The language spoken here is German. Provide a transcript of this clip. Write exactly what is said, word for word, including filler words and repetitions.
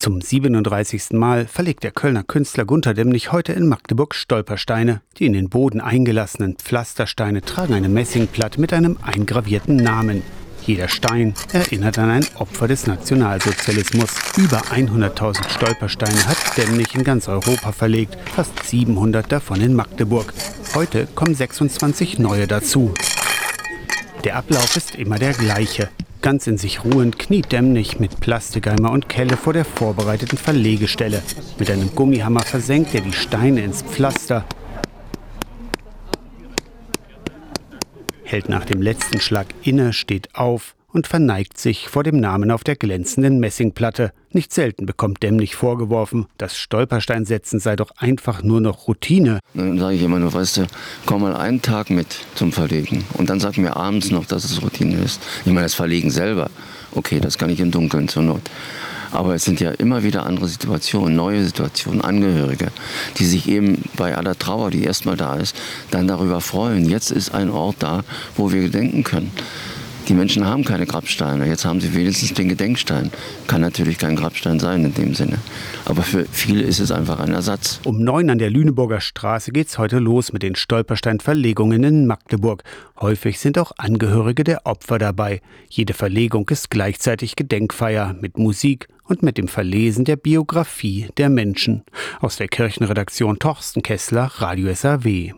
Zum siebenunddreißigsten Mal verlegt der Kölner Künstler Gunter Demnig heute in Magdeburg Stolpersteine. Die in den Boden eingelassenen Pflastersteine tragen eine Messingplatte mit einem eingravierten Namen. Jeder Stein erinnert an ein Opfer des Nationalsozialismus. Über hunderttausend Stolpersteine hat Demnig in ganz Europa verlegt, fast siebenhundert davon in Magdeburg. Heute kommen sechsundzwanzig neue dazu. Der Ablauf ist immer der gleiche. Ganz in sich ruhend kniet Demnig mit Plastikeimer und Kelle vor der vorbereiteten Verlegestelle. Mit einem Gummihammer versenkt er die Steine ins Pflaster, hält nach dem letzten Schlag inne, steht auf und verneigt sich vor dem Namen auf der glänzenden Messingplatte. Nicht selten bekommt Demnig vorgeworfen, das Stolpersteinsetzen sei doch einfach nur noch Routine. Dann sage ich immer nur, weißt du, komm mal einen Tag mit zum Verlegen und dann sag mir abends noch, dass es Routine ist. Ich meine, das Verlegen selber, okay, das kann ich im Dunkeln zur Not. Aber es sind ja immer wieder andere Situationen, neue Situationen, Angehörige, die sich eben bei aller Trauer, die erstmal da ist, dann darüber freuen. Jetzt ist ein Ort da, wo wir gedenken können. Die Menschen haben keine Grabsteine, jetzt haben sie wenigstens den Gedenkstein. Kann natürlich kein Grabstein sein in dem Sinne. Aber für viele ist es einfach ein Ersatz. Um neun an der Lüneburger Straße geht's heute los mit den Stolpersteinverlegungen in Magdeburg. Häufig sind auch Angehörige der Opfer dabei. Jede Verlegung ist gleichzeitig Gedenkfeier mit Musik und mit dem Verlesen der Biografie der Menschen. Aus der Kirchenredaktion Torsten Kessler, Radio S R W.